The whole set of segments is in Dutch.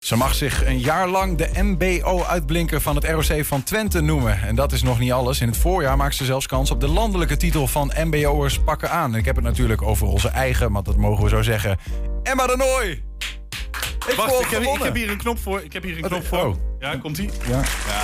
Ze mag zich een jaar lang de MBO-uitblinker van het ROC van Twente noemen. En dat is nog niet alles. In het voorjaar maakt ze zelfs kans op de landelijke titel van MBO'ers pakken aan. En ik heb het natuurlijk over onze eigen, maar dat mogen we zo zeggen, Emma de Nooy. Wacht, ik heb hier een knop voor. Oh. Ja, komt-ie? Ja.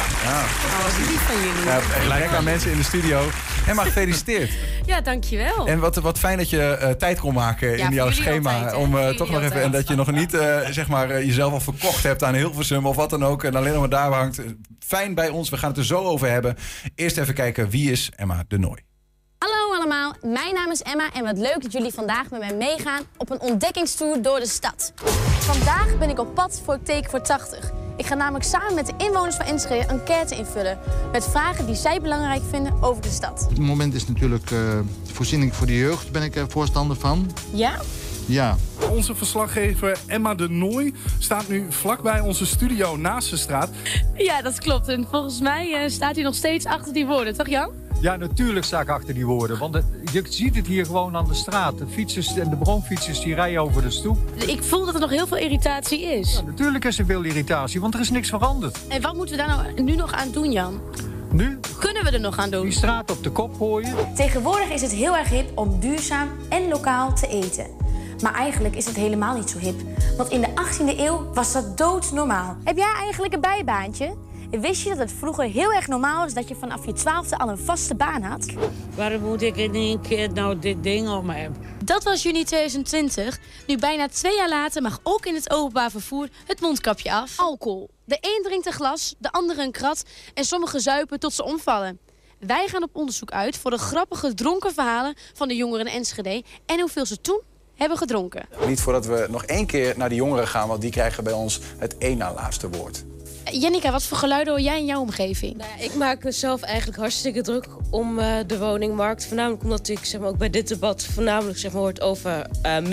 Dat is lief van jullie. Ja, gelijk aan mensen in de studio. Emma, gefeliciteerd. Ja, dankjewel. En wat fijn dat je tijd kon maken in jouw schema. Altijd, om jullie toch nog even. altijd. En dat je nog niet jezelf al verkocht hebt aan Hilversum of wat dan ook. En alleen nog maar daar hangt. Fijn bij ons. We gaan het er zo over hebben. Eerst even kijken, wie is Emma de Nooy? Hallo allemaal, mijn naam is Emma en wat leuk dat jullie vandaag met mij meegaan op een ontdekkingstour door de stad. Vandaag ben ik op pad voor Teken voor 80. Ik ga namelijk samen met de inwoners van Enschede een enquête invullen met vragen die zij belangrijk vinden over de stad. Op het moment is natuurlijk voorziening voor de jeugd, ben ik er voorstander van. Ja? Ja. Onze verslaggever Emma de Nooy staat nu vlakbij onze studio naast de straat. Ja, dat klopt. En volgens mij staat hij nog steeds achter die woorden, toch Jan? Ja, natuurlijk sta ik achter die woorden. Want je ziet het hier gewoon aan de straat. De fietsers en de bromfietsers die rijden over de stoep. Ik voel dat er nog heel veel irritatie is. Ja, natuurlijk is er veel irritatie, want er is niks veranderd. En wat moeten we daar nou nu nog aan doen, Jan? Nu Kunnen we er nog aan doen? die straat op de kop gooien. Tegenwoordig is het heel erg hip om duurzaam en lokaal te eten. Maar eigenlijk is het helemaal niet zo hip. Want in de 18e eeuw was dat doodnormaal. Heb jij eigenlijk een bijbaantje? Wist je dat het vroeger heel erg normaal was dat je vanaf je 12e al een vaste baan had? Waarom moet ik in één keer nou dit ding om hebben? Dat was juni 2020. Nu bijna 2 jaar later mag ook in het openbaar vervoer het mondkapje af. Alcohol. De een drinkt een glas, de andere een krat en sommigen zuipen tot ze omvallen. Wij gaan op onderzoek uit voor de grappige dronken verhalen van de jongeren in Enschede en hoeveel ze toen hebben gedronken. Niet voordat we nog 1 keer naar de jongeren gaan, want die krijgen bij ons het één na laatste woord. Jennica, wat voor geluiden hoor jij in jouw omgeving? Nou ja, ik maak me zelf eigenlijk hartstikke druk om de woningmarkt. Voornamelijk omdat ik ook bij dit debat voornamelijk hoort over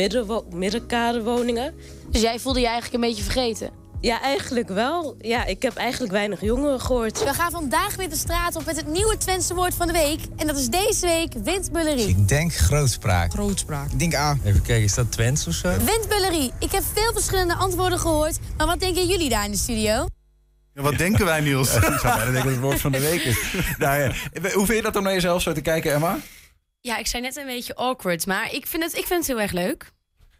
middenkaderwoningen. Dus jij voelde je eigenlijk een beetje vergeten? Ja, eigenlijk wel. Ja, ik heb eigenlijk weinig jongeren gehoord. We gaan vandaag weer de straat op met het nieuwe Twentse woord van de week. En dat is deze week windbullerie. Ik denk grootspraak. Grootspraak. Ik denk A. Even kijken, is dat Twents of zo? Windbullerie. Ik heb veel verschillende antwoorden gehoord. Maar wat denken jullie daar in de studio? Ja, wat denken wij, Niels? Ik zou bijna denken dat het woord van de week is. Nou ja, hoe vind je dat om naar jezelf zo te kijken, Emma? Ja, ik zei net een beetje awkward, maar ik vind het heel erg leuk.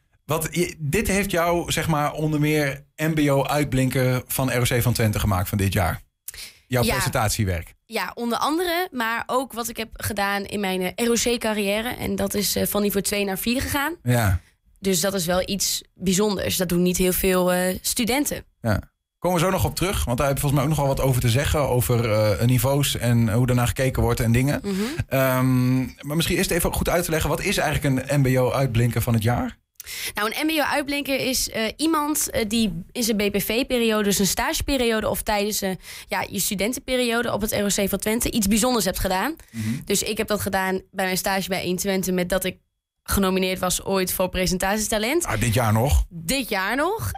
Dit heeft jou, zeg maar, onder meer MBO-uitblinker van ROC van Twente gemaakt van dit jaar. Jouw presentatiewerk. Ja, onder andere, maar ook wat ik heb gedaan in mijn ROC-carrière. En dat is van niveau 2 naar 4 gegaan. Ja. Dus dat is wel iets bijzonders. Dat doen niet heel veel studenten. Ja. Komen we zo nog op terug, want daar heb je volgens mij ook nogal wat over te zeggen. Over niveaus en hoe daarnaar gekeken wordt en dingen. Mm-hmm. Maar misschien eerst even goed uit te leggen. Wat is eigenlijk een MBO-uitblinker van het jaar? Nou, een MBO-uitblinker is iemand die in zijn BPV-periode, dus een stageperiode of tijdens je studentenperiode op het ROC van Twente iets bijzonders hebt gedaan. Mm-hmm. Dus ik heb dat gedaan bij mijn stage bij 1 Twente met dat ik genomineerd was ooit voor presentatietalent. Dit jaar nog? Dit jaar nog.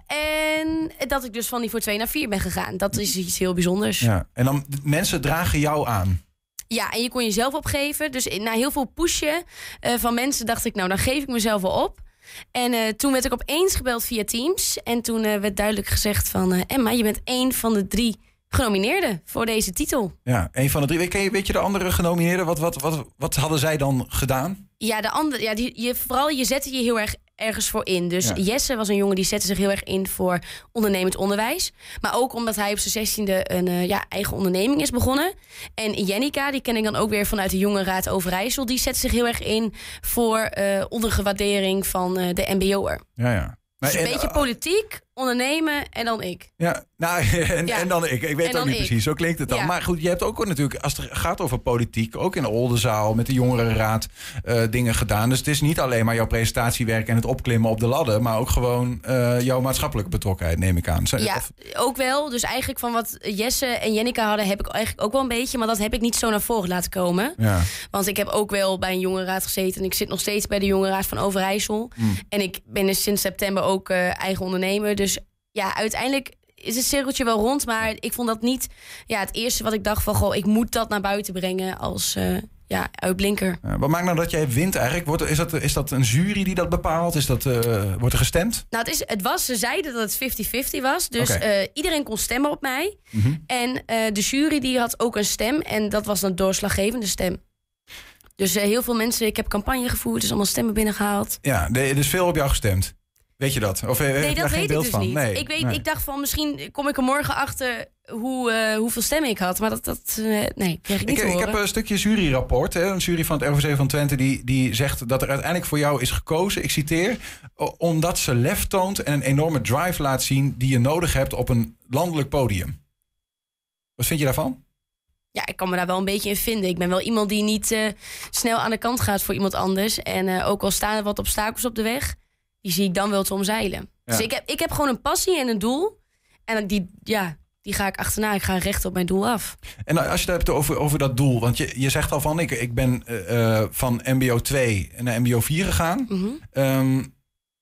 En dat ik dus van niveau 2 naar 4 ben gegaan. Dat is iets heel bijzonders. Ja. En dan mensen dragen jou aan. Ja, en je kon jezelf opgeven. Dus na heel veel pushen van mensen dacht ik, nou, dan geef ik mezelf wel op. En toen werd ik opeens gebeld via Teams. En toen werd duidelijk gezegd van Emma, je bent 1 van de 3 genomineerden voor deze titel. Ja, 1 van de 3. Weet je de andere genomineerden? Wat hadden zij dan gedaan? Ja, de andere, je zette je heel erg ergens voor in. Dus ja. Jesse was een jongen die zette zich heel erg in voor ondernemend onderwijs. Maar ook omdat hij op zijn 16e een eigen onderneming is begonnen. En Jennica, die ken ik dan ook weer vanuit de Jongerenraad Overijssel. Die zette zich heel erg in voor ondergewaardering van de MBO'er. Ja. Dus een beetje politiek, ondernemen en dan ik. Ja, nou, en dan ik. Ik weet het ook niet precies, zo klinkt het dan. Ja. Maar goed, je hebt ook natuurlijk, als het gaat over politiek, ook in de Oldenzaal met de Jongerenraad dingen gedaan. Dus het is niet alleen maar jouw presentatiewerk en het opklimmen op de ladder, maar ook gewoon jouw maatschappelijke betrokkenheid, neem ik aan. Ook wel. Dus eigenlijk van wat Jesse en Jennica hadden, heb ik eigenlijk ook wel een beetje, maar dat heb ik niet zo naar voren laten komen. Ja. Want ik heb ook wel bij een Jongerenraad gezeten en ik zit nog steeds bij de Jongerenraad van Overijssel. En ik ben dus sinds september ook eigen ondernemer. Dus ja, uiteindelijk is het cirkeltje wel rond. Maar ik vond dat niet het eerste wat ik dacht van, ik moet dat naar buiten brengen als uitblinker. Wat maakt nou dat jij wint eigenlijk? Is dat een jury die dat bepaalt? Wordt er gestemd? Nou, ze zeiden dat het 50-50 was. Dus iedereen kon stemmen op mij. Mm-hmm. En de jury die had ook een stem. En dat was een doorslaggevende stem. Dus heel veel mensen, ik heb campagne gevoerd, dus allemaal stemmen binnengehaald. Ja, er is veel op jou gestemd. Weet je dat? Of nee, dat weet ik dus van? Niet. Nee. Ik dacht van, misschien kom ik er morgen achter hoeveel stemmen ik had. Maar dat kreeg ik niet te horen. Ik heb een stukje juryrapport. Een jury van het ROC van Twente die zegt dat er uiteindelijk voor jou is gekozen. Ik citeer. Omdat ze lef toont en een enorme drive laat zien die je nodig hebt op een landelijk podium. Wat vind je daarvan? Ja, ik kan me daar wel een beetje in vinden. Ik ben wel iemand die niet snel aan de kant gaat voor iemand anders. En ook al staan er wat obstakels op de weg, die zie ik dan wel te omzeilen. Ja. Dus ik heb gewoon een passie en een doel. En die ga ik achterna. Ik ga recht op mijn doel af. En als je het hebt over dat doel. Want je zegt al van, ik ben van mbo 2 naar mbo 4 gegaan. Mm-hmm.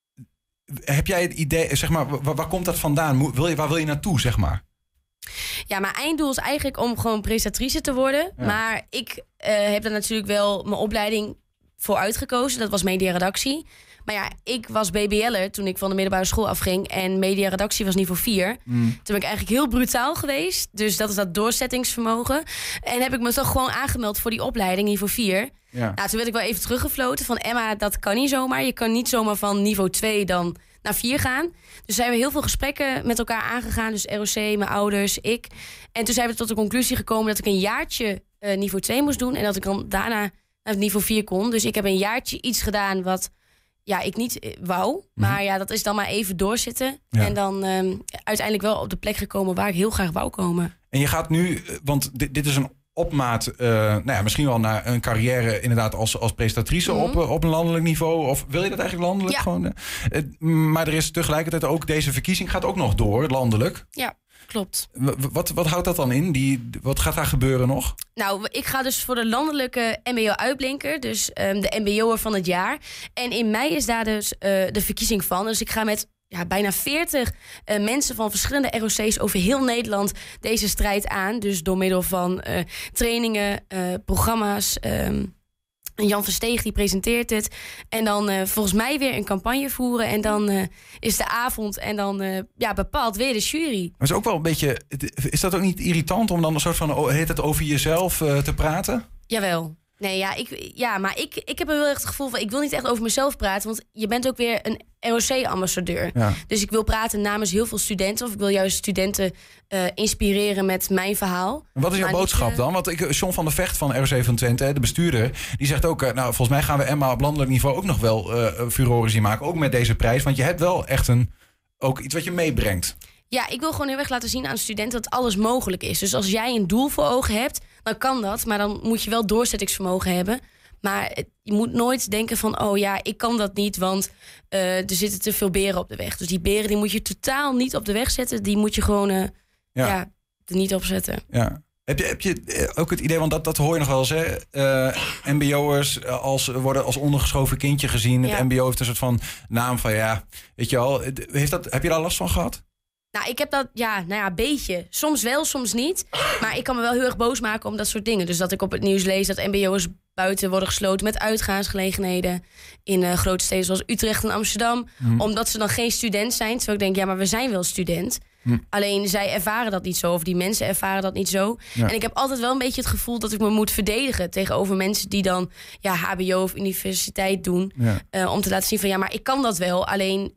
Heb jij het idee, zeg maar, waar komt dat vandaan? Waar wil je naartoe, zeg maar? Ja, mijn einddoel is eigenlijk om gewoon presentatrice te worden. Ja. Maar ik heb daar natuurlijk wel mijn opleiding voor uitgekozen. Dat was mediaredactie. Maar ja, ik was BBL'er toen ik van de middelbare school afging. En mediaredactie was niveau 4. Toen ben ik eigenlijk heel brutaal geweest. Dus dat is dat doorzettingsvermogen. En heb ik me toch gewoon aangemeld voor die opleiding, niveau 4. Ja. Nou, toen werd ik wel even teruggefloten van Emma, dat kan niet zomaar. Je kan niet zomaar van niveau 2 dan naar 4 gaan. Dus zijn we heel veel gesprekken met elkaar aangegaan. Dus ROC, mijn ouders, ik. En toen zijn we tot de conclusie gekomen dat ik een jaartje niveau 2 moest doen. En dat ik dan daarna naar het niveau 4 kon. Dus ik heb een jaartje iets gedaan wat ik niet wou. Maar ja, dat is dan maar even doorzitten. Ja. En dan uiteindelijk wel op de plek gekomen waar ik heel graag wou komen. En je gaat nu, want dit is een opmaat, misschien wel naar een carrière inderdaad als presentatrice op een landelijk niveau. Of wil je dat eigenlijk landelijk? Ja. Gewoon? Maar er is tegelijkertijd ook, deze verkiezing gaat ook nog door, landelijk. Ja, klopt. Wat houdt dat dan in? Wat gaat daar gebeuren nog? Nou, ik ga dus voor de landelijke MBO-uitblinker. Dus de MBO'er van het jaar. En in mei is daar dus de verkiezing van. Dus ik ga met bijna 40 mensen van verschillende ROC's over heel Nederland deze strijd aan. Dus door middel van trainingen, programma's. Jan Versteeg die presenteert het. En dan volgens mij weer een campagne voeren. En dan is de avond en dan bepaalt weer de jury. Maar is ook wel een beetje, is dat ook niet irritant om dan een soort van, heet het over jezelf te praten? Jawel. Nee, maar ik heb wel echt het gevoel van, ik wil niet echt over mezelf praten, want je bent ook weer een ROC-ambassadeur. Ja. Dus ik wil praten namens heel veel studenten, of ik wil juist studenten inspireren met mijn verhaal. En wat is jouw boodschap dan? Want John van der Vecht van ROC van Twente, de bestuurder, die zegt ook, volgens mij gaan we Emma op landelijk niveau ook nog wel furoren zien maken, ook met deze prijs, want je hebt wel echt ook iets wat je meebrengt. Ja, ik wil gewoon heel erg laten zien aan studenten dat alles mogelijk is. Dus als jij een doel voor ogen hebt, dan kan dat. Maar dan moet je wel doorzettingsvermogen hebben. Maar je moet nooit denken van, ik kan dat niet, want er zitten te veel beren op de weg. Dus die beren die moet je totaal niet op de weg zetten. Die moet je gewoon er niet op zetten. Ja. Heb je ook het idee, want dat hoor je nog wel eens, hè? MBO'ers worden als ondergeschoven kindje gezien. Het MBO heeft een soort van naam van, weet je wel. Heb je daar last van gehad? Nou, ik heb dat, een beetje. Soms wel, soms niet. Maar ik kan me wel heel erg boos maken om dat soort dingen. Dus dat ik op het nieuws lees dat mbo'ers buiten worden gesloten met uitgaansgelegenheden in grote steden zoals Utrecht en Amsterdam. Omdat ze dan geen student zijn. Terwijl ik denk, maar we zijn wel student. Alleen zij ervaren dat niet zo. Of die mensen ervaren dat niet zo. Ja. En ik heb altijd wel een beetje het gevoel dat ik me moet verdedigen tegenover mensen die dan HBO of universiteit doen. Ja. Om te laten zien van, maar ik kan dat wel. Alleen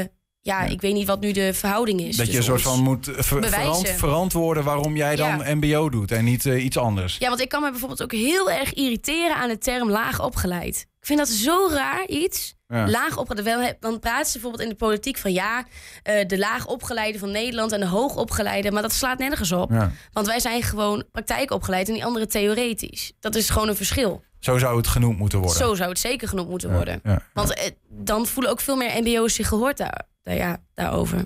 ik weet niet wat nu de verhouding is. Dat je een soort van moet verantwoorden waarom jij dan mbo doet en niet iets anders. Ja, want ik kan me bijvoorbeeld ook heel erg irriteren aan de term laag opgeleid. Ik vind dat zo raar iets. Ja. Laag opgeleid. Dan praten ze bijvoorbeeld in de politiek van de laag opgeleide van Nederland en de hoog opgeleide. Maar dat slaat nergens op. Ja. Want wij zijn gewoon praktijkopgeleid en die andere theoretisch. Dat is gewoon een verschil. Zo zou het genoemd moeten worden. Zo zou het zeker genoemd moeten worden. Ja. Want dan voelen ook veel meer mbo'ers zich gehoord daarover.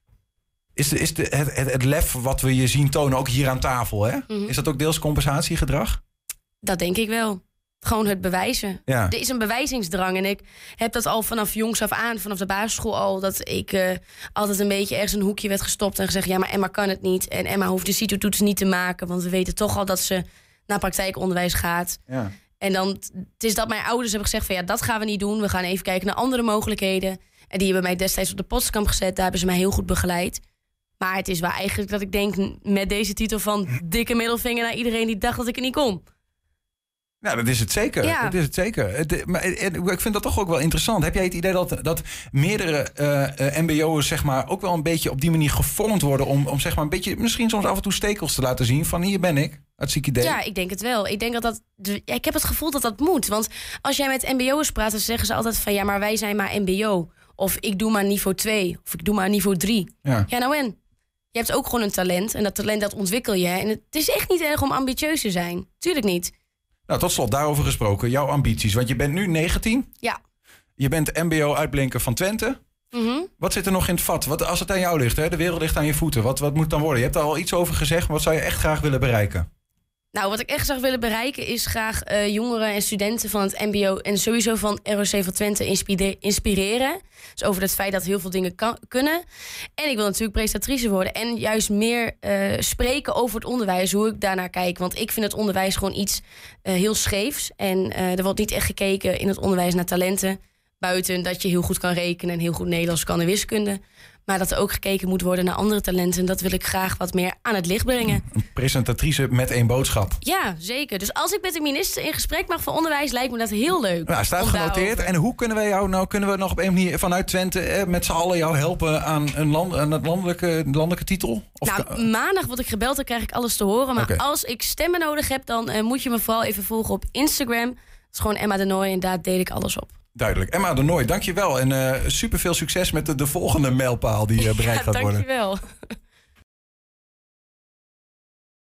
Is het lef wat we je zien tonen ook hier aan tafel, hè? Mm-hmm. Is dat ook deels compensatiegedrag? Dat denk ik wel. Gewoon het bewijzen. Ja. Er is een bewijzingsdrang. En ik heb dat al vanaf jongs af aan, vanaf de basisschool al, dat ik altijd een beetje ergens een hoekje werd gestopt en gezegd, maar Emma kan het niet. En Emma hoeft de CITO-toets niet te maken, want we weten toch al dat ze naar praktijkonderwijs gaat. Ja. En dan het is dat mijn ouders hebben gezegd van ja, dat gaan we niet doen. We gaan even kijken naar andere mogelijkheden. En die hebben mij destijds op de Potskamp gezet. Daar hebben ze mij heel goed begeleid. Maar het is wel eigenlijk dat ik denk met deze titel van dikke middelvinger naar iedereen die dacht dat ik het niet kon. Nou, dat is het zeker. Ja. Dat is het zeker. Maar ik vind dat toch ook wel interessant. Heb jij het idee dat meerdere mbo'ers zeg maar ook wel een beetje op die manier gevormd worden om zeg maar een beetje misschien soms af en toe stekels te laten zien van hier ben ik, hartstikke idee? Ja, ik denk het wel. Ik denk ik heb het gevoel dat dat moet. Want als jij met mbo'ers praat, dan zeggen ze altijd van ja, maar wij zijn maar mbo. Of ik doe maar niveau 2. Of ik doe maar niveau 3. Ja, nou en? Je hebt ook gewoon een talent. En dat talent dat ontwikkel je. En het is echt niet erg om ambitieus te zijn. Tuurlijk niet. Nou, tot slot, daarover gesproken. Jouw ambities. Want je bent nu 19. Ja. Je bent mbo-uitblinker van Twente. Mm-hmm. Wat zit er nog in het vat? Als het aan jou ligt, hè? De wereld ligt aan je voeten. Wat moet het dan worden? Je hebt er al iets over gezegd. Wat zou je echt graag willen bereiken? Nou, wat ik echt zou willen bereiken is graag jongeren en studenten van het mbo... en sowieso van ROC van Twente inspireren. Dus over het feit dat heel veel dingen kunnen. En ik wil natuurlijk presentatrice worden. En juist meer spreken over het onderwijs, hoe ik daarnaar kijk. Want ik vind het onderwijs gewoon iets heel scheefs. En er wordt niet echt gekeken in het onderwijs naar talenten. Buiten dat je heel goed kan rekenen en heel goed Nederlands kan en wiskunde. Maar dat er ook gekeken moet worden naar andere talenten. En dat wil ik graag wat meer aan het licht brengen. Een presentatrice met 1 boodschap. Ja, zeker. Dus als ik met de minister in gesprek mag van onderwijs, lijkt me dat heel leuk. Nou, staat genoteerd. Daarover. En hoe kunnen wij jou nou, kunnen we nog op een manier vanuit Twente met z'n allen jou helpen aan een landelijke titel? Of maandag word ik gebeld, dan krijg ik alles te horen. Maar als ik stemmen nodig heb, dan moet je me vooral even volgen op Instagram. Dat is gewoon Emma de Nooy en daar deel ik alles op. Duidelijk. Emma de Nooy, dankjewel. En super veel succes met de volgende mijlpaal die bereikt gaat worden. Dankjewel.